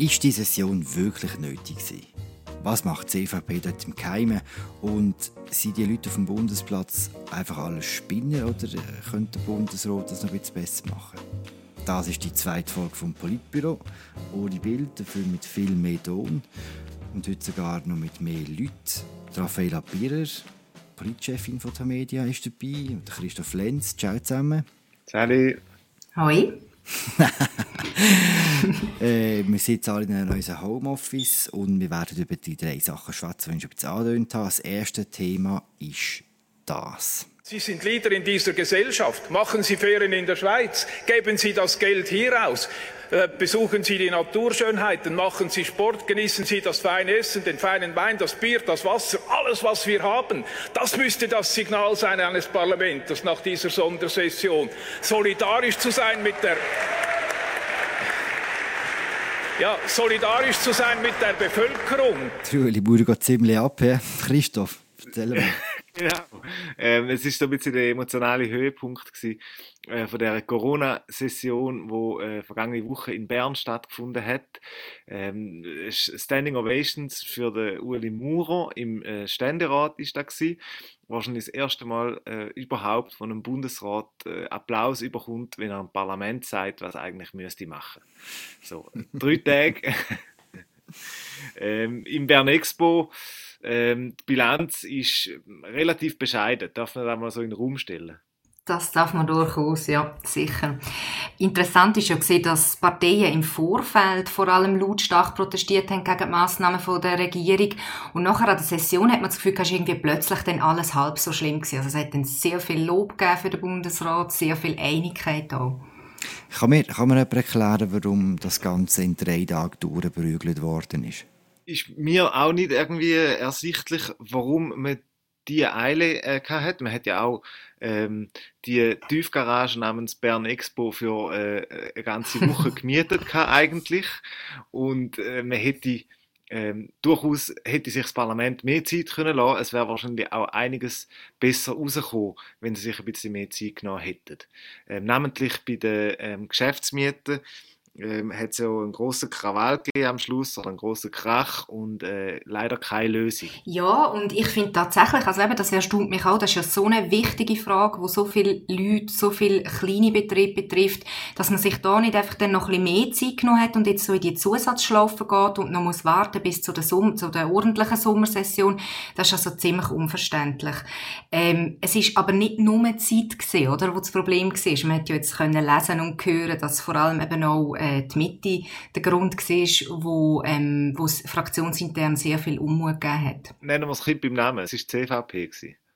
Ist die Session wirklich nötig gewesen? Was macht die CVP dort im Geheimen? Und sind die Leute auf dem Bundesplatz einfach alle Spinner oder könnte der Bundesrat das noch ein bisschen besser machen? Das ist die zweite Folge vom Politbüro. Ohne Bild, dafür mit viel mehr Ton. Und heute sogar noch mit mehr Leuten. Raffaella Bierer, Politchefin von Tamedia, ist dabei. Und Christoph Lenz. Ciao zusammen. Salut. Hoi. Wir sitzen alle in einem neuen Homeoffice und wir werden über die 3 Sachen schwätzen, die ich schon ein bisschen angedeutet habe. Das erste Thema ist das. Sie sind Leader in dieser Gesellschaft. Machen Sie Ferien in der Schweiz. Geben Sie das Geld hier aus. Besuchen Sie die Naturschönheiten. Machen Sie Sport. Genießen Sie das feine Essen, den feinen Wein, das Bier, das Wasser, alles, was wir haben. Das müsste das Signal sein eines Parlaments nach dieser Sondersession. Solidarisch zu sein mit der... Ja, solidarisch zu sein mit der Bevölkerung. Die Ueli Bauer geht ziemlich ab, he? Christoph, erzähl mal. Genau. Es war so ein bisschen der emotionale Höhepunkt gewesen, von dieser Corona-Session, die vergangene Woche in Bern stattgefunden hat. Standing Ovations für den Ueli Maurer im Ständerat war das gewesen. Wahrscheinlich das erste Mal überhaupt von einem Bundesrat Applaus überkommt, wenn er im Parlament sagt, was er eigentlich müsste machen. So, 3 Tage im Bern Expo. Die Bilanz ist relativ bescheiden. Darf man das mal so in den Raum stellen? Das darf man durchaus, ja, sicher. Interessant ist ja gesehen, dass Parteien im Vorfeld vor allem lautstark protestiert haben gegen die Massnahmen der Regierung. Und nachher an der Session hat man das Gefühl, dass irgendwie plötzlich dann alles halb so schlimm gewesen. Also es hat dann sehr viel Lob gegeben für den Bundesrat, sehr viel Einigkeit auch. Kann mir jemand erklären, warum das Ganze in 3 Tagen durchgeprügelt worden ist? Ist mir auch nicht irgendwie ersichtlich, warum man diese Eile hatte. Man hat ja auch die Tiefgarage namens Bern Expo für eine ganze Woche gemietet eigentlich. Und man hätte durchaus hätte sich das Parlament mehr Zeit können lassen. Es wäre wahrscheinlich auch einiges besser rausgekommen, wenn sie sich ein bisschen mehr Zeit genommen hätten. Namentlich bei den Geschäftsmieten hat es ja einen grossen Krawall gegeben am Schluss, oder einen grossen Krach und leider keine Lösung. Ja, und ich finde tatsächlich, also eben, das erstaunt mich auch, das ist ja so eine wichtige Frage, die so viele Leute, so viele kleine Betriebe betrifft, dass man sich da nicht einfach dann noch ein bisschen mehr Zeit genommen hat und jetzt so in die Zusatzschlaufe geht und noch muss warten bis zu der ordentlichen Sommersession. Das ist also ziemlich unverständlich. Es ist aber nicht nur die Zeit gewesen, oder, wo das Problem war. Man hat ja jetzt können lesen und hören, dass vor allem eben auch die Mitte der Grund war, wo es fraktionsintern sehr viel Unmut gegeben hat. Nennen wir es Kind beim Namen, es war die CVP.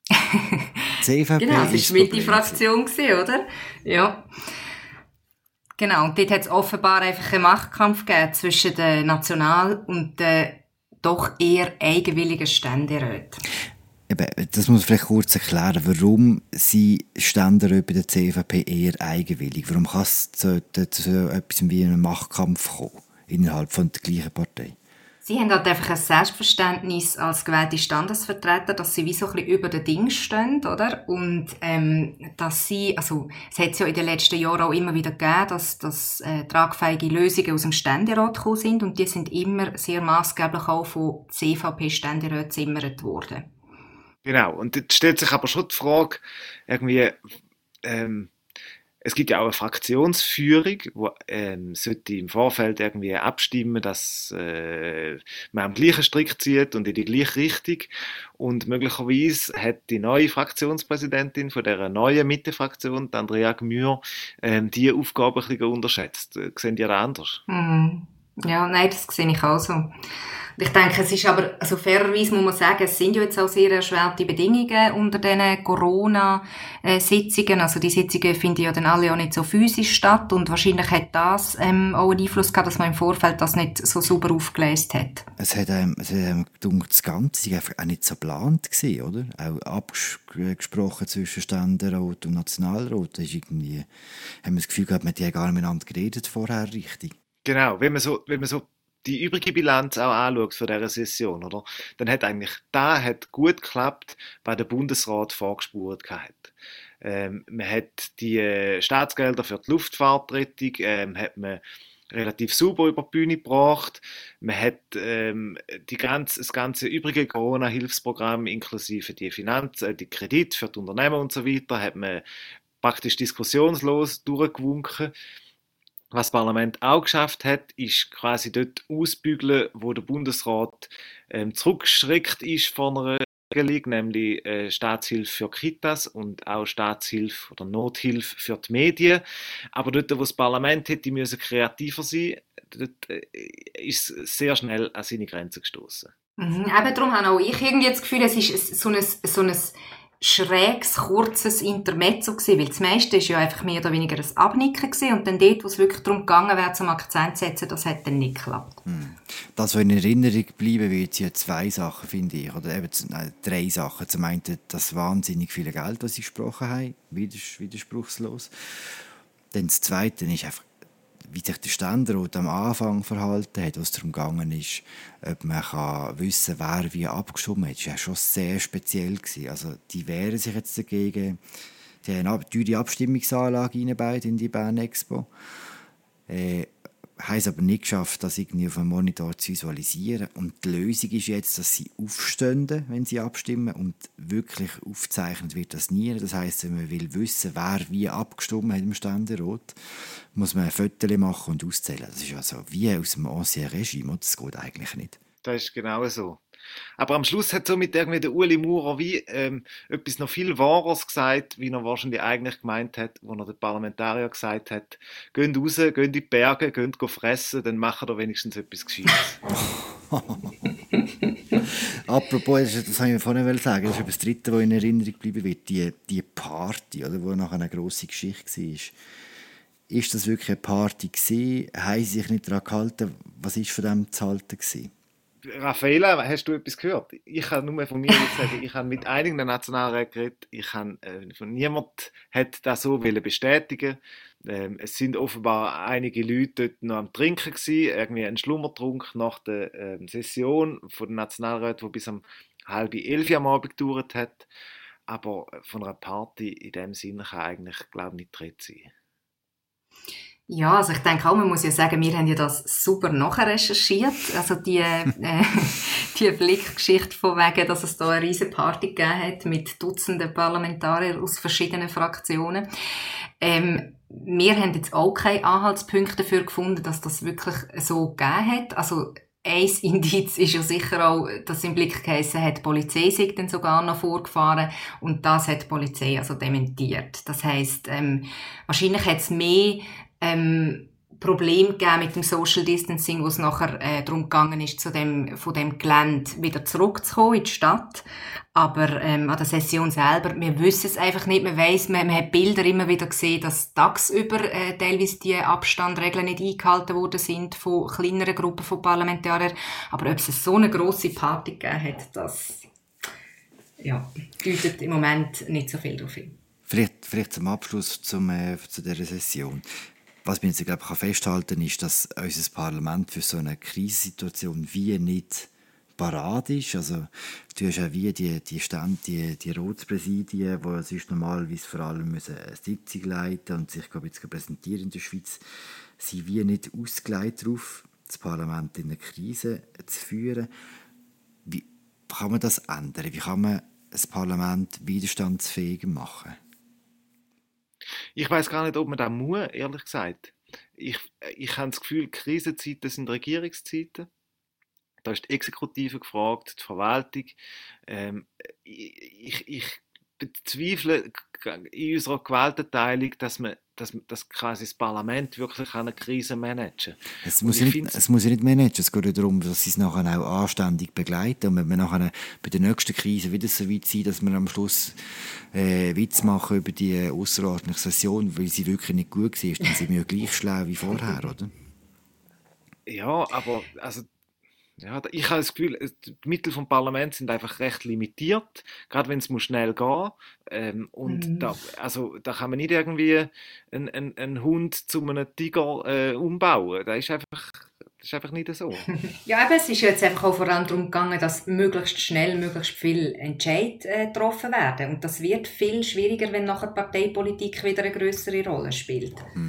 CVP genau, es war die Fraktion, oder? Ja. Genau, und dort hat es offenbar einfach einen Machtkampf gegeben zwischen den National- und den doch eher eigenwilligen Ständeräten. Das muss man vielleicht kurz erklären, warum sind Ständeräte bei der CVP eher eigenwillig? Warum kann es zu etwas wie einem Machtkampf kommen innerhalb von der gleichen Partei? Sie haben halt einfach ein Selbstverständnis als gewählte Standesvertreter, dass sie wie so ein bisschen über den Ding stehen, oder? Und dass sie, also es hat es ja in den letzten Jahren auch immer wieder gegeben, dass tragfähige Lösungen aus dem Ständerat gekommen sind und die sind immer sehr maßgeblich auch von CVP-Ständeräten gezimmert worden. Genau, und jetzt stellt sich aber schon die Frage, irgendwie, es gibt ja auch eine Fraktionsführung, wo sollte im Vorfeld irgendwie abstimmen, dass man am gleichen Strick zieht und in die gleiche Richtung. Und möglicherweise hat die neue Fraktionspräsidentin von dieser neuen Mitte-Fraktion, Andrea Gmür, diese Aufgabe ein bisschen unterschätzt. Sehen die das anders? Ja, nein, das sehe ich auch so. Ich denke, es ist aber, also fairerweise muss man sagen, es sind ja jetzt auch sehr erschwerte Bedingungen unter diesen Corona-Sitzungen. Also die Sitzungen finden ja dann alle auch nicht so physisch statt und wahrscheinlich hat das auch einen Einfluss gehabt, dass man im Vorfeld das nicht so sauber aufgelesen hat. Es hat gedacht, das Ganze war einfach auch nicht so geplant gewesen, oder? Auch abgesprochen zwischen Ständerat und Nationalrat. Da ist irgendwie, haben wir das Gefühl gehabt, die haben gar nicht miteinander geredet vorher richtig. Genau, wenn man so die übrige Bilanz auch anschaut für diese Session, oder? Dann hat eigentlich hat gut geklappt, was der Bundesrat vorgespurt hat. Man hat die Staatsgelder für die Luftfahrtrettung hat man relativ sauber über die Bühne gebracht. Man hat das ganze übrige Corona-Hilfsprogramm inklusive die Kredite für die Unternehmen und so weiter, hat man praktisch diskussionslos durchgewunken. Was das Parlament auch geschafft hat, ist quasi dort ausbügeln, wo der Bundesrat zurückgeschreckt ist von einer Regelung, nämlich Staatshilfe für Kitas und auch Staatshilfe oder Nothilfe für die Medien. Aber dort, wo das Parlament hätte müssen kreativer sein, dort ist es sehr schnell an seine Grenzen gestoßen. Eben darum habe auch ich irgendwie das Gefühl, es ist so ein schräges, kurzes Intermezzo gewesen, weil das meiste ist ja einfach mehr oder weniger ein Abnicken gewesen und dann dort, wo es wirklich darum gegangen wäre, zum Akzent zu setzen, das hat dann nicht geklappt. Das, was in Erinnerung bleiben wird, sind zwei Sachen, finde ich, oder eben drei Sachen. Zum einen das wahnsinnig viele Geld, das sie gesprochen haben, widerspruchslos. Dann das Zweite ist einfach, wie sich der Ständerat am Anfang verhalten hat, was darum gegangen ist, ob man wissen kann, wer wie abgestimmt hat. Das war ja schon sehr speziell gewesen. Also, die wehren sich jetzt dagegen. Die haben eine teure Abstimmungsanlage eingebaut in die Bern Expo. Haben es aber nicht geschafft, das irgendwie auf einem Monitor zu visualisieren. Und die Lösung ist jetzt, dass sie aufstehen, wenn sie abstimmen, und wirklich aufgezeichnet wird das nie. Das heisst, wenn man will wissen, wer wie abgestimmt hat im Ständerat, muss man ein Foto machen und auszählen. Das ist also wie aus dem Ancien Regime, das geht eigentlich nicht. Das ist genau so. Aber am Schluss hat somit irgendwie der Ueli Maurer wie etwas noch viel Wahres gesagt, wie er wahrscheinlich eigentlich gemeint hat, wo er den Parlamentarier gesagt hat, geht raus, geht in die Berge, geht fressen, dann machen ihr wenigstens etwas Gescheites. Apropos, das wollte ich vorhin sagen, das ist das Dritte, was in Erinnerung bleiben wird, die Party, oder, wo nachher eine grosse Geschichte war. Ist das wirklich eine Party gewesen? Haben sie sich nicht daran gehalten? Was war von dem zu halten gewesen? Raffaella, hast du etwas gehört? Ich kann nur von mir sagen, ich habe mit einigen der Nationalräten geredet, niemand hat das so bestätigen. Es sind offenbar einige Leute dort noch am Trinken gewesen, irgendwie ein Schlummertrunk nach der Session von den Nationalräten, die bis um 10:30 am Abend gedauert hat. Aber von einer Party in dem Sinne kann eigentlich, glaube ich, nicht die Rede sein. Ja, also ich denke auch, man muss ja sagen, wir haben ja das super nachher recherchiert. Also die Blickgeschichte von wegen, dass es da eine riesen Party gegeben hat mit Dutzenden Parlamentariern aus verschiedenen Fraktionen. Wir haben jetzt auch keine Anhaltspunkte dafür gefunden, dass das wirklich so gegeben hat. Also ein Indiz ist ja sicher auch, dass im Blick geheissen hat, die Polizei sei dann sogar noch vorgefahren und das hat die Polizei also dementiert. Das heisst, wahrscheinlich hat es mehr Problem gegeben mit dem Social Distancing, wo es nachher darum gegangen ist, von dem Gelände wieder zurückzukommen in die Stadt. Aber an der Session selber, wir wissen es einfach nicht. Man weiss, man hat Bilder immer wieder gesehen, dass tagsüber teilweise die Abstandregeln nicht eingehalten worden sind von kleineren Gruppen von Parlamentariern. Aber ob es so eine grosse Party gegeben hat, das deutet im Moment nicht so viel darauf hin. Vielleicht zum Abschluss zu dieser Session. Was man jetzt, glaube ich, festhalten kann, ist, dass unser Parlament für so eine Krisensituation wie nicht parat ist. Also, du hast ja wie die Ratspräsidien, die sonst normalerweise vor allem eine Sitzung leiten und sich jetzt präsentieren in der Schweiz, sind wie nicht ausgelegt darauf, das Parlament in eine Krise zu führen. Wie kann man das ändern? Wie kann man das Parlament widerstandsfähiger machen? Ich weiß gar nicht, ob man das muss, ehrlich gesagt. Ich habe das Gefühl, Krisenzeiten sind Regierungszeiten. Da ist die Exekutive gefragt, die Verwaltung. Ich bezweifle in unserer Gewaltenteilung, dass quasi das Parlament wirklich eine Krise managen kann. Es muss ja nicht managen, es geht ja darum, dass sie es nachher auch anständig begleiten. Und wenn wir nachher bei der nächsten Krise wieder so weit sind, dass wir am Schluss Witz machen über die ausserordentliche Session, weil sie wirklich nicht gut war, dann sind wir ja gleich schlau wie vorher, oder? Ja, aber also, ja, ich habe das Gefühl, die Mittel vom Parlament sind einfach recht limitiert, gerade wenn es schnell gehen muss. Da kann man nicht irgendwie einen Hund zu einem Tiger umbauen. Das ist einfach nicht so. Ja, aber es ist jetzt einfach auch vor allem darum gegangen, dass möglichst schnell, möglichst viel Entscheid getroffen werden. Und das wird viel schwieriger, wenn nachher Parteipolitik wieder eine grössere Rolle spielt.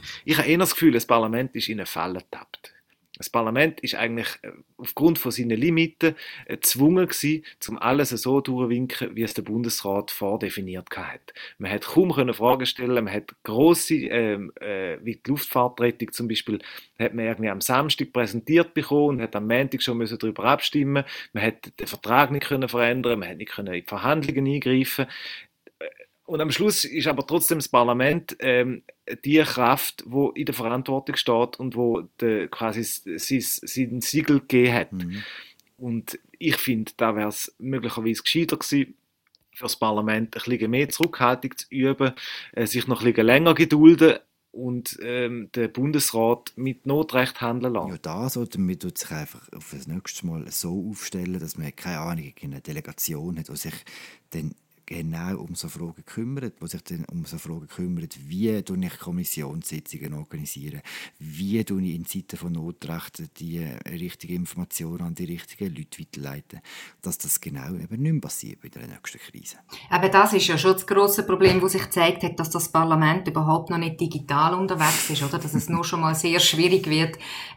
Ich habe eher das Gefühl, das Parlament ist in eine Falle getappt. Das Parlament ist eigentlich aufgrund von seinen Limiten gezwungen gewesen, um alles so durchzuwinken, wie es der Bundesrat vordefiniert hat. Man hat kaum Fragen stellen, man hat grosse, wie die Luftfahrtrettung zum Beispiel, hat man irgendwie am Samstag präsentiert bekommen und hat am Montag schon darüber abstimmen. Man hat den Vertrag nicht verändern, man hat nicht in die Verhandlungen eingreifen. Und am Schluss ist aber trotzdem das Parlament die Kraft, die in der Verantwortung steht und wo quasi sein Siegel gegeben hat. Mhm. Und ich finde, da wäre es möglicherweise gescheiter gewesen, für das Parlament ein bisschen mehr Zurückhaltung zu üben, sich noch ein bisschen länger gedulden und den Bundesrat mit Notrecht handeln lassen. Ja, das, oder man tut sich einfach auf das nächste Mal so aufstellen, dass man keine Ahnung, eine Delegation hat, die sich dann genau um so Fragen kümmert, die sich dann um so Fragen kümmert, wie ich Kommissionssitzungen organisiere, wie ich in Zeiten von Notrecht die richtige Information an die richtigen Leute weiterleiten, dass das genau eben nicht mehr passiert bei der nächsten Krise. Aber das ist ja schon das grosse Problem, das sich gezeigt hat, dass das Parlament überhaupt noch nicht digital unterwegs ist, oder? Dass es nur schon mal sehr schwierig wird,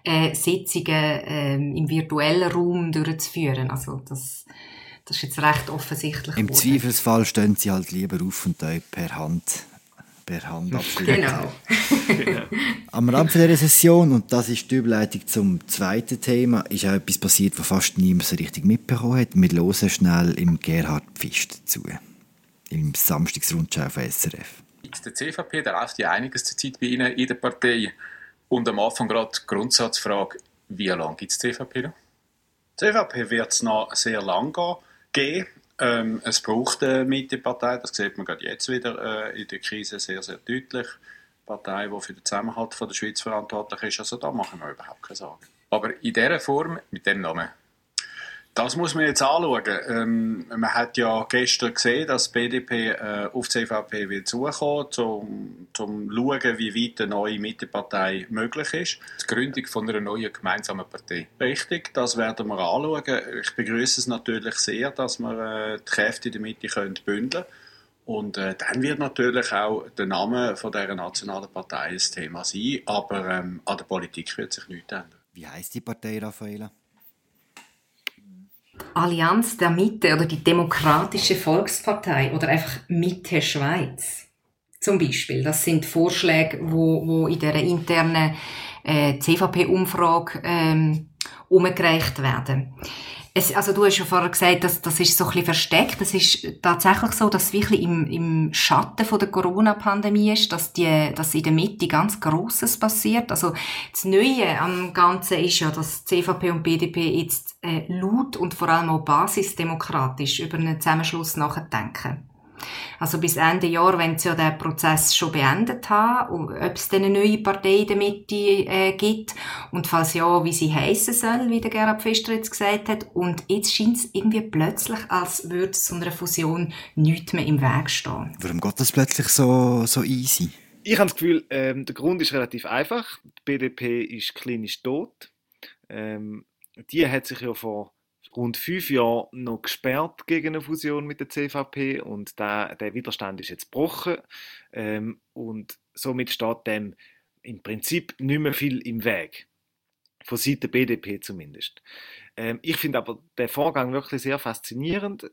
Sitzungen im virtuellen Raum durchzuführen. Also das ist jetzt recht offensichtlich. Im Zweifelsfall stehen sie halt lieber auf und per Hand abschließen. Genau. Am Rand dieser Session, und das ist die Überleitung zum zweiten Thema, ist auch etwas passiert, was fast niemand so richtig mitbekommen hat. Wir hören schnell im Gerhard Pfister zu, im Samstagsrundschau von SRF. Der CVP, da läuft ja einiges zur Zeit bei Ihnen in der Partei. Und am Anfang gerade die Grundsatzfrage, wie lange gibt es die CVP noch? Die CVP wird es noch sehr lange geben. Es braucht eine Mittepartei, das sieht man gerade jetzt wieder in der Krise sehr, sehr deutlich. Eine Partei, die für den Zusammenhalt von der Schweiz verantwortlich ist, also da machen wir überhaupt keine Sorgen. Aber in dieser Form, mit dem Namen? Das muss man jetzt anschauen. Man hat ja gestern gesehen, dass die BDP auf die CVP will zukommen, um zu schauen, wie weit eine neue Mittepartei möglich ist. Die Gründung von einer neuen gemeinsamen Partei. Richtig, das werden wir anschauen. Ich begrüße es natürlich sehr, dass wir die Kräfte in der Mitte bündeln können. Und dann wird natürlich auch der Name von dieser nationalen Partei ein Thema sein. Aber an der Politik wird sich nichts ändern. Wie heisst die Partei, Raffaella? Allianz der Mitte oder die Demokratische Volkspartei oder einfach Mitte Schweiz zum Beispiel. Das sind Vorschläge, wo in der internen CVP-Umfrage umgereicht werden. Also du hast ja vorher gesagt, das ist so ein bisschen versteckt. Es ist tatsächlich so, dass es wirklich im Schatten von der Corona-Pandemie ist, dass in der Mitte ganz Grosses passiert. Also das Neue am Ganzen ist ja, dass CVP und BDP jetzt laut und vor allem auch basisdemokratisch über einen Zusammenschluss nachdenken. Also bis Ende Jahr wollen sie ja den Prozess schon beendet haben, ob es dann eine neue Partei in der Mitte gibt und falls ja, wie sie heissen soll, wie der Gerhard Pfister jetzt gesagt hat. Und jetzt scheint es irgendwie plötzlich, als würde so einer Fusion nichts mehr im Weg stehen. Warum geht das plötzlich so easy? Ich habe das Gefühl, der Grund ist relativ einfach. Die BDP ist klinisch tot. Die hat sich ja vor rund 5 Jahren noch gesperrt gegen eine Fusion mit der CVP und der Widerstand ist jetzt gebrochen und somit steht dem im Prinzip nicht mehr viel im Weg. Von Seiten der BDP zumindest. Ich finde aber den Vorgang wirklich sehr faszinierend,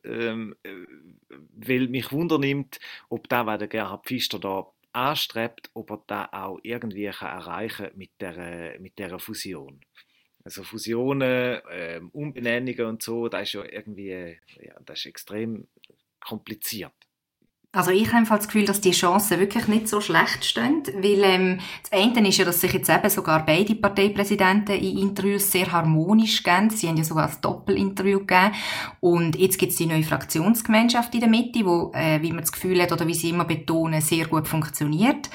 weil mich wundernimmt, ob das, was der Gerhard Pfister da anstrebt, ob er das auch irgendwie erreichen kann mit dieser Fusion. Also Fusionen, Umbenennungen und so, das ist ja irgendwie, das ist extrem kompliziert. Also ich habe das Gefühl, dass die Chancen wirklich nicht so schlecht stehen, weil das eine ist ja, dass sich jetzt eben sogar beide Parteipräsidenten in Interviews sehr harmonisch geben. Sie haben ja sogar ein Doppelinterview gegeben. Und jetzt gibt es die neue Fraktionsgemeinschaft in der Mitte, die, wie man das Gefühl hat oder wie sie immer betonen, sehr gut funktioniert.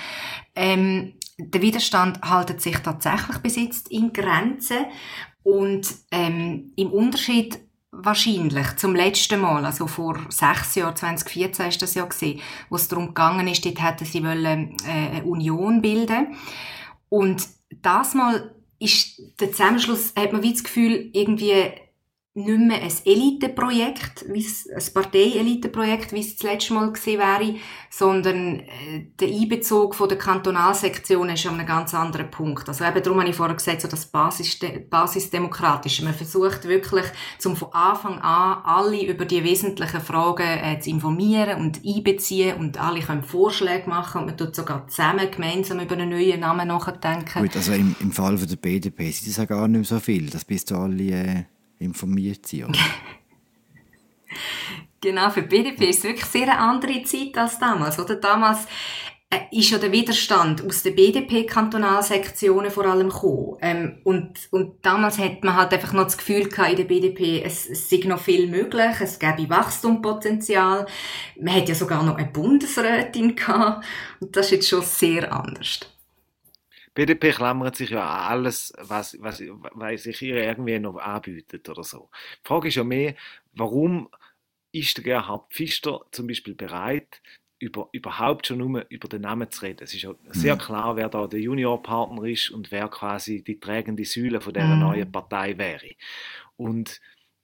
Der Widerstand hält sich tatsächlich bis jetzt in Grenzen und im Unterschied wahrscheinlich zum letzten Mal, also vor 6 Jahren, 2014 ist das ja gewesen, wo es darum gegangen ist, dort hätten sie eine Union bilden. Und das Mal ist der Zusammenschluss, hat man wie das Gefühl, irgendwie nicht mehr ein Eliteprojekt, ein Partei-Eliteprojekt, wie es das letzte Mal gewesen wäre, sondern der Einbezug von der Kantonalsektion ist an einem ganz anderen Punkt. Also eben darum habe ich vorher gesagt, so das Basisdemokratische. Man versucht wirklich, von Anfang an alle über die wesentlichen Fragen zu informieren und einbeziehen und alle können Vorschläge machen und man tut sogar zusammen gemeinsam über einen neuen Namen nachdenken. Gut, also im Fall von der BDP sind das ja gar nicht mehr so viel, dass bis da alle informiert sind, oder? Genau, für die BDP ist es wirklich sehr eine andere Zeit als damals, oder? Damals ist ja der Widerstand aus den BDP-Kantonalsektionen vor allem gekommen. Und damals hat man halt einfach noch das Gefühl gehabt in der BDP, es sei noch viel möglich, es gäbe Wachstumspotenzial. Man hat ja sogar noch eine Bundesrätin gehabt. Und das ist jetzt schon sehr anders. Die BDP klammert sich ja an alles, was sich ihr irgendwie noch anbietet oder so. Die Frage ist ja mehr, warum ist der Gerhard Pfister zum Beispiel bereit, überhaupt schon nur über den Namen zu reden? Es ist ja sehr klar, wer da der Juniorpartner ist und wer quasi die tragende Säule von dieser neuen Partei wäre. Und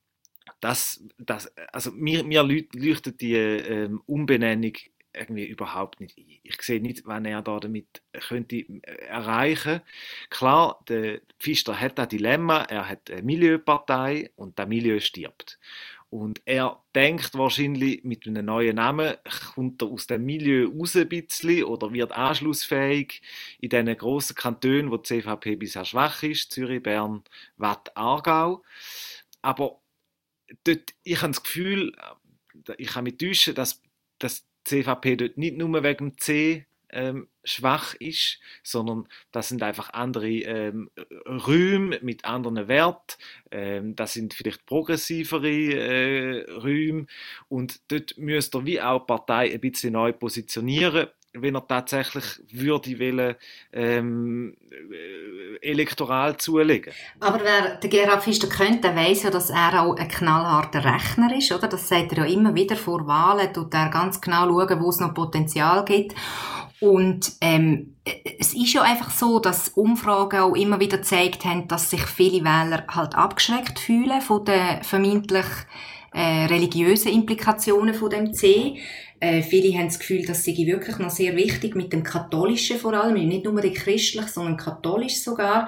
also mir leuchtet die Umbenennung irgendwie überhaupt nicht ein. Ich sehe nicht, wann er da damit könnte erreichen. Klar, der Pfister hat ein Dilemma, er hat eine Milieupartei und das Milieu stirbt. Und er denkt wahrscheinlich, mit einem neuen Namen kommt er aus dem Milieu raus ein bisschen oder wird anschlussfähig in diesen grossen Kantonen, wo die CVP bisher schwach ist, Zürich, Bern, Waadt, Aargau. Aber dort, ich habe das Gefühl, ich kann mich täuschen, dass die CVP dort nicht nur wegen dem C schwach ist, sondern das sind einfach andere Räume mit anderen Werten, das sind vielleicht progressivere Räume und dort müsste er wie auch die Partei ein bisschen neu positionieren, wenn er tatsächlich würde wollen, elektoral zulegen. Aber wer den Gerhard Pfister kennt, der weiss ja, dass er auch ein knallharter Rechner ist, oder? Das sagt er ja immer wieder vor Wahlen, tut er ganz genau schauen, wo es noch Potenzial gibt. Und es ist ja einfach so, dass Umfragen auch immer wieder gezeigt haben, dass sich viele Wähler halt abgeschreckt fühlen von den vermeintlich religiösen Implikationen von dem C. Viele haben das Gefühl, das sei wirklich noch sehr wichtig, mit dem Katholischen vor allem, nicht nur christlich, sondern katholisch sogar.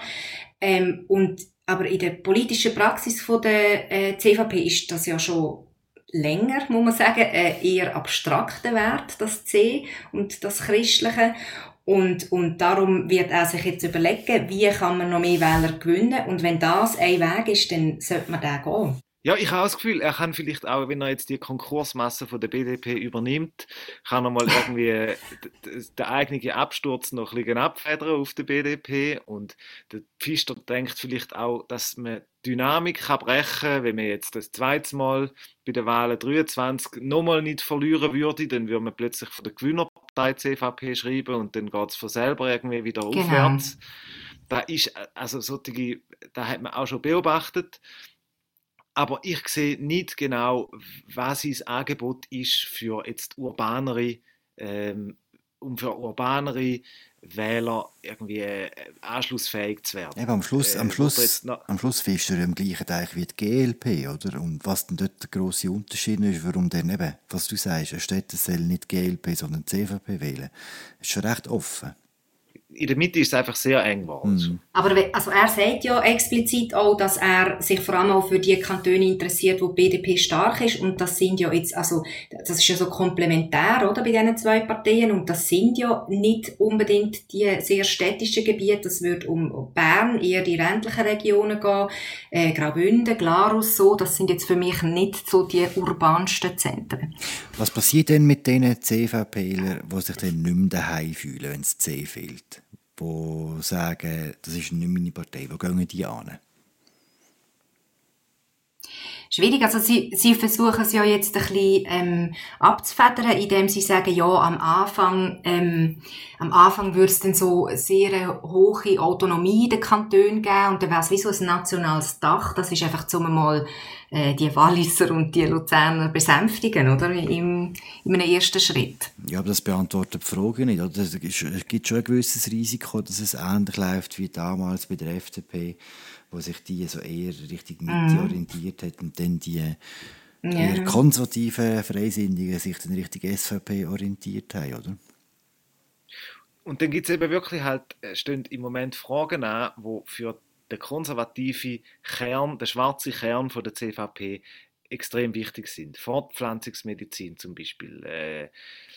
Aber in der politischen Praxis von der CVP ist das ja schon länger, muss man sagen, eher abstrakter Wert, das C und das Christliche. Und darum wird er sich jetzt überlegen, wie kann man noch mehr Wähler gewinnen. Und wenn das ein Weg ist, dann sollte man den gehen. Ja, ich habe auch das Gefühl, er kann vielleicht auch, wenn er jetzt die Konkursmasse von der BDP übernimmt, kann er mal irgendwie den eigenen Absturz noch ein bisschen abfedern auf der BDP. Und der Pfister denkt vielleicht auch, dass man Dynamik kann brechen kann, wenn man jetzt das zweite Mal bei den Wahlen 23 nochmal nicht verlieren würde, dann würde man plötzlich von der Gewinnerpartei CVP schreiben und dann geht es von selber irgendwie wieder aufwärts. Da ist, also solche, da hat man auch schon beobachtet. Aber ich sehe nicht genau, was sein Angebot ist für jetzt urbanere, für urbanere Wähler irgendwie anschlussfähig zu werden. Eben, am Schluss fest du im gleichen Teich wie die GLP, oder? Und was denn dort der grosse Unterschied ist, warum dann eben, was du sagst, eine Städte soll nicht GLP, sondern CVP wählen, ist schon recht offen. In der Mitte ist es einfach sehr eng geworden. Aber also er sagt ja explizit auch, dass er sich vor allem auch für die Kantone interessiert, wo die BDP stark ist. Und das sind ja jetzt, also das ist ja so komplementär, oder, bei diesen zwei Parteien. Und das sind ja nicht unbedingt die sehr städtischen Gebiete. Das wird um Bern, eher die ländlichen Regionen gehen. Graubünden, Glarus, so. Das sind jetzt für mich nicht so die urbansten Zentren. Was passiert denn mit den CVPlern, die sich dann nicht mehr daheim fühlen, wenn das C fehlt? Die sagen, das ist nicht meine Partei. Wo gehen die an? Schwierig, also sie versuchen es ja jetzt ein bisschen abzufedern, indem sie sagen, ja, am Anfang würde es dann so sehr hohe Autonomie in den Kantonen geben und dann wäre es wie so ein nationales Dach. Das ist einfach, um mal die Walliser und die Luzerner besänftigen, oder? Im in einem ersten Schritt. Ja, aber das beantwortet die Frage nicht. Oder? Es gibt schon ein gewisses Risiko, dass es ähnlich läuft wie damals bei der FDP, wo sich die so eher Richtung Mitte orientiert hat und dann die eher konservativen Freisinnigen sich dann Richtung SVP orientiert haben, oder? Und dann gibt es eben wirklich halt, stehen im Moment Fragen an, die für den konservativen Kern, den schwarzen Kern von der CVP extrem wichtig sind. Fortpflanzungsmedizin zum Beispiel,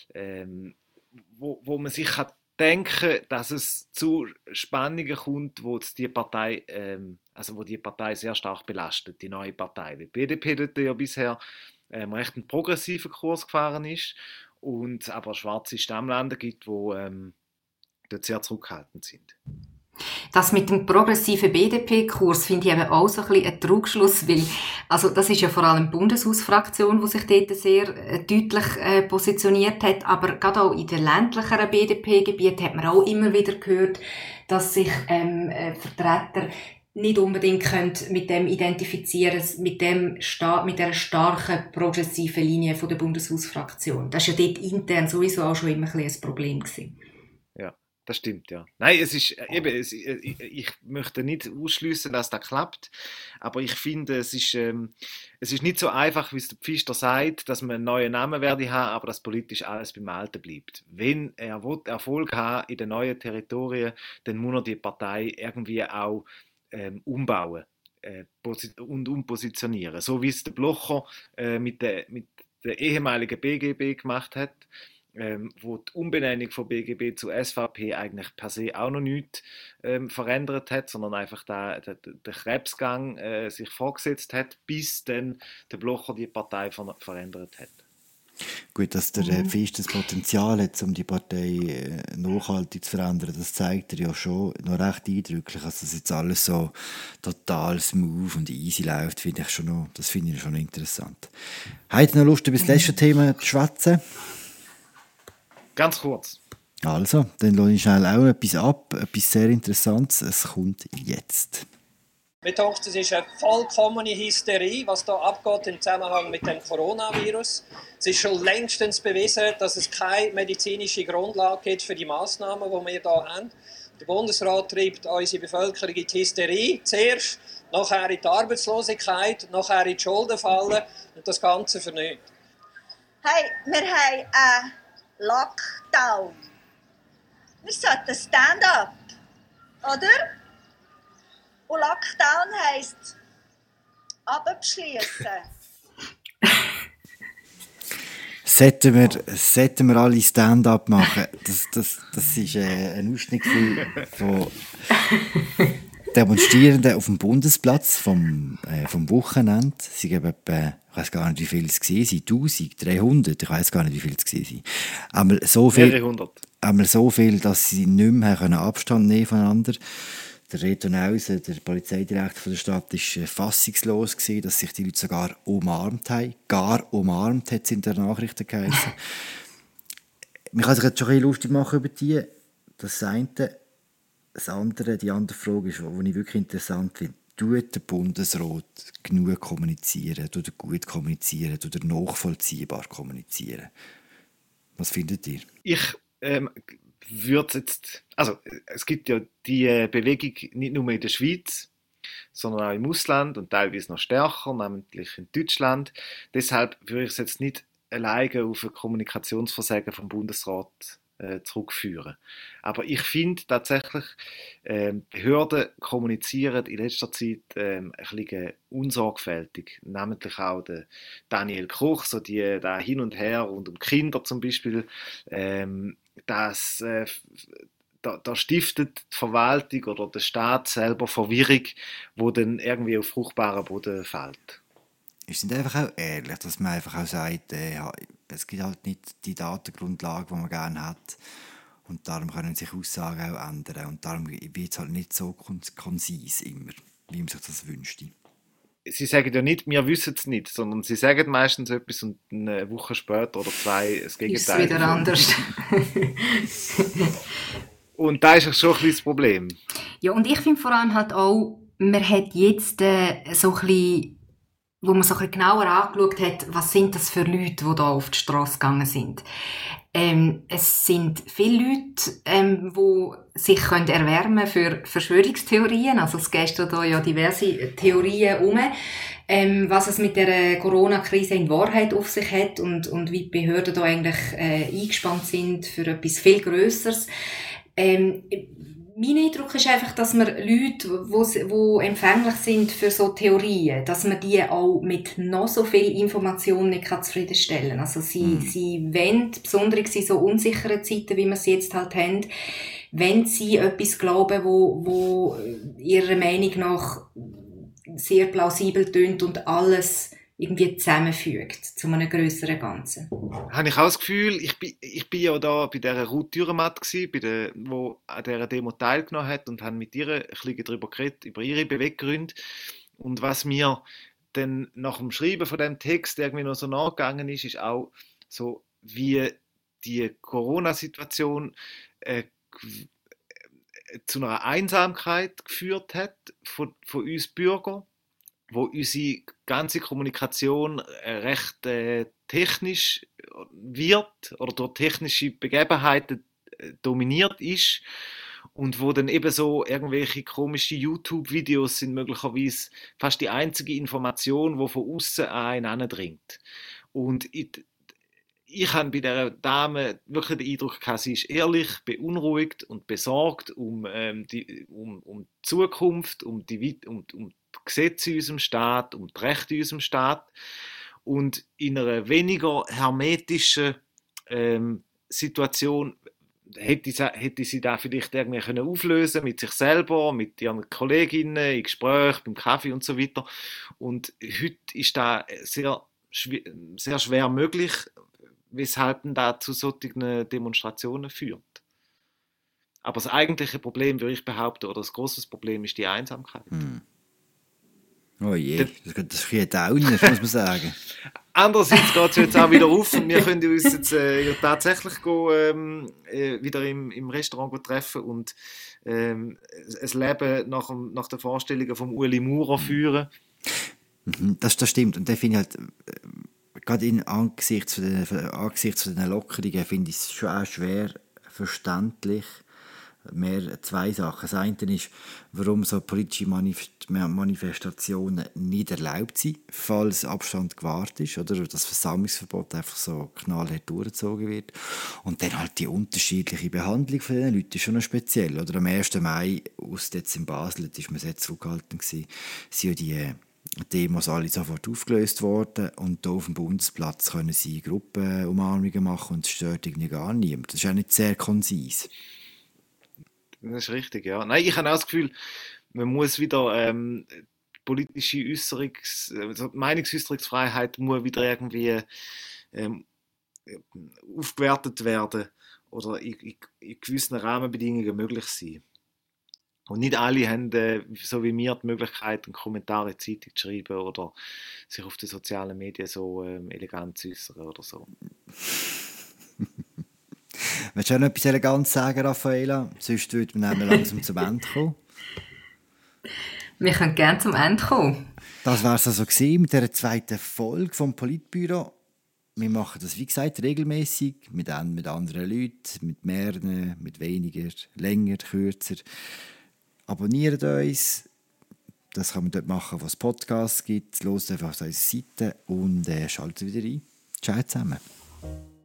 wo man sich kann denken, dass es zu Spannungen kommt, wo die Partei, wo die Partei sehr stark belastet, die neue Partei. Die BDP dort ja bisher recht einen progressiven Kurs gefahren ist und aber schwarze Stammländer gibt, die dort sehr zurückhaltend sind. Das mit dem progressiven BDP-Kurs finde ich eben auch so ein bisschen ein Trugschluss, weil, also das ist ja vor allem die Bundeshausfraktion, die sich dort sehr deutlich positioniert hat, aber gerade auch in den ländlicheren BDP-Gebieten hat man auch immer wieder gehört, dass sich Vertreter nicht unbedingt mit dem identifizieren, mit dieser starken progressiven Linie von der Bundeshausfraktion. Das war ja dort intern sowieso auch schon immer ein bisschen ein Problem gewesen. Ja, das stimmt, ja. Nein, es ist eben, ich möchte nicht ausschliessen, dass das klappt, aber ich finde, es ist nicht so einfach, wie es der Pfister sagt, dass man einen neuen Namen werde haben, aber dass politisch alles beim Alten bleibt. Wenn er Erfolg haben in den neuen Territorien, dann muss er die Partei irgendwie auch umbauen und umpositionieren. So wie es der Blocher mit der ehemaligen BGB gemacht hat, wo die Umbenennung von BGB zu SVP eigentlich per se auch noch nichts verändert hat, sondern einfach der Krebsgang sich vorgesetzt hat, bis dann der Blocher die Partei verändert hat. Gut, dass der Pfister das Potenzial hat, um die Partei nachhaltig zu verändern, das zeigt er ja schon noch recht eindrücklich. Also, dass jetzt alles so total smooth und easy läuft, finde ich schon noch interessant. Habt ihr noch Lust, über das letzte Thema zu schwätzen? Ganz kurz. Also, dann lasse ich schnell auch etwas ab, etwas sehr Interessantes. Es kommt jetzt. Mir denkt, es ist eine vollkommene Hysterie, was hier abgeht im Zusammenhang mit dem Coronavirus. Es ist schon längstens bewiesen, dass es keine medizinische Grundlage gibt für die Massnahmen, die wir hier haben. Der Bundesrat treibt unsere Bevölkerung in die Hysterie zuerst, nachher in die Arbeitslosigkeit, nachher in die Schuldenfalle und das Ganze für nichts. Hey, wir haben einen Lockdown. Wir sollten Stand-up, oder? Und Lockdown heisst abschließen. Sollten wir alle Stand-up machen? Das ist ein Ausschnitt von Demonstrierenden auf dem Bundesplatz vom Wochenende. Sie geben etwa, ich weiss gar nicht, wie viele es waren, 1000, 300, ich weiss gar nicht, wie viele es waren. Einmal so viel, dass sie nicht mehr Abstand nehmen voneinander. Der Reto Neusen, der Polizeidirektor der Stadt, war fassungslos gewesen, dass sich die Leute sogar umarmt haben. Gar umarmt, hat es in der Nachrichten geheißen. Man kann sich jetzt schon ein bisschen lustig machen über die. Das eine. Die andere Frage ist, die ich wirklich interessant finde. Tut der Bundesrat genug kommunizieren? Tut er gut kommunizieren? Tut er nachvollziehbar kommunizieren? Was findet ihr? Ich würde jetzt, also es gibt ja die Bewegung nicht nur in der Schweiz, sondern auch im Ausland und teilweise noch stärker, namentlich in Deutschland. Deshalb würde ich es jetzt nicht alleine auf ein Kommunikationsversagen vom Bundesrat zurückführen. Aber ich finde tatsächlich, Behörden kommunizieren in letzter Zeit ein bisschen unsorgfältig. Namentlich auch der Daniel Koch, so da hin und her rund um Kinder zum Beispiel, da stiftet die Verwaltung oder der Staat selber Verwirrung, wo dann irgendwie auf fruchtbaren Boden fällt. Ist es nicht einfach auch ehrlich, dass man einfach auch sagt, es gibt halt nicht die Datengrundlage, die man gerne hat und darum können sich Aussagen auch ändern und darum wird es halt nicht so konzis immer, wie man sich das wünschte. Sie sagen ja nicht, wir wissen es nicht, sondern sie sagen meistens etwas und eine Woche später oder zwei das Gegenteil. Ist wieder anders. Und da ist auch schon ein bisschen das Problem. Ja, und ich finde vor allem halt auch, man hat jetzt so ein bisschen wo man so ein bisschen genauer angeschaut hat, was sind das für Leute, die da auf die Strasse gegangen sind. Es sind viele Leute, die sich erwärmen für Verschwörungstheorien. Also es gehen da ja diverse Theorien um, was es mit der Corona-Krise in Wahrheit auf sich hat und wie die Behörden da eigentlich eingespannt sind für etwas viel Grösseres. Mein Eindruck ist einfach, dass man Leute, die empfänglich sind für so Theorien, dass man die auch mit noch so viel Information nicht zufriedenstellen kann. Also sie wollen, besonders in so unsicheren Zeiten, wie wir es jetzt halt haben, wenn sie etwas glauben, wo ihrer Meinung nach sehr plausibel tönt und alles irgendwie zusammenfügt zu einem grösseren Ganzen. Habe ich auch das Gefühl, ich bin ja da bei dieser Ruth Dürrenmatt gsi, wo an dieser Demo teilgenommen hat und habe mit ihr ein bisschen darüber geredet, über ihre Beweggründe. Und was mir dann nach dem Schreiben von dem Text irgendwie noch so nachgegangen ist auch so, wie die Corona-Situation zu einer Einsamkeit geführt hat von uns Bürgern, wo unsere ganze Kommunikation recht technisch wird oder durch technische Begebenheiten dominiert ist und wo dann eben so irgendwelche komische YouTube-Videos sind möglicherweise fast die einzige Information, die von außen an einen heranbringt. Und ich habe bei dieser Dame wirklich den Eindruck gehabt, sie ist ehrlich, beunruhigt und besorgt um die Zukunft, um die Gesetze in unserem Staat, um die Rechte in unserem Staat. Und in einer weniger hermetischen Situation hätte sie da vielleicht irgendwie können auflösen mit sich selber, mit ihren Kolleginnen, in Gesprächen, beim Kaffee und so weiter. Und heute ist das sehr schwer möglich, weshalb da zu solchen Demonstrationen führt. Aber das eigentliche Problem, würde ich behaupten, oder das große Problem ist die Einsamkeit. Oh je, das ist ein Downer, muss man sagen. Andererseits geht es jetzt auch wieder auf und wir können uns jetzt tatsächlich wieder im Restaurant treffen und ein Leben nach den Vorstellungen von Ueli Maurer führen. Das stimmt. Und da finde ich halt, gerade angesichts von den Lockerungen, finde ich es schon auch schwer verständlich. Mehr zwei Sachen. Das eine ist, warum so politische Manifestationen nicht erlaubt sind, falls Abstand gewahrt ist, oder das Versammlungsverbot einfach so knallhart durchgezogen wird. Und dann halt die unterschiedliche Behandlung von diesen Leuten ist schon noch speziell. Oder am 1. Mai aus jetzt in Basel, da war man sehr zurückgehalten, sind ja die Demos alle sofort aufgelöst worden und hier auf dem Bundesplatz können sie Gruppenumarmungen machen und es stört irgendwie gar niemand. Das ist auch nicht sehr konzis. Das ist richtig, ja. Nein, ich habe auch das Gefühl, man muss wieder politische Meinungsäußerungsfreiheit muss wieder irgendwie aufgewertet werden oder in gewissen Rahmenbedingungen möglich sein. Und nicht alle haben, so wie wir, die Möglichkeit, einen Kommentar in die Zeitung zu schreiben oder sich auf den sozialen Medien so elegant zu äußern oder so. Willst du auch noch etwas Elegantes sagen, Raffaela? Sonst würden wir langsam zum Ende kommen. Wir können gerne zum Ende kommen. Das war es also mit dieser zweiten Folge vom Politbüro. Wir machen das, wie gesagt, regelmäßig mit anderen Leuten, mit mehreren, mit weniger, länger, kürzer. Abonniert uns. Das kann man dort machen, wo es Podcasts gibt. Hört einfach auf unserer Seite und schaltet wieder ein. Ciao zusammen.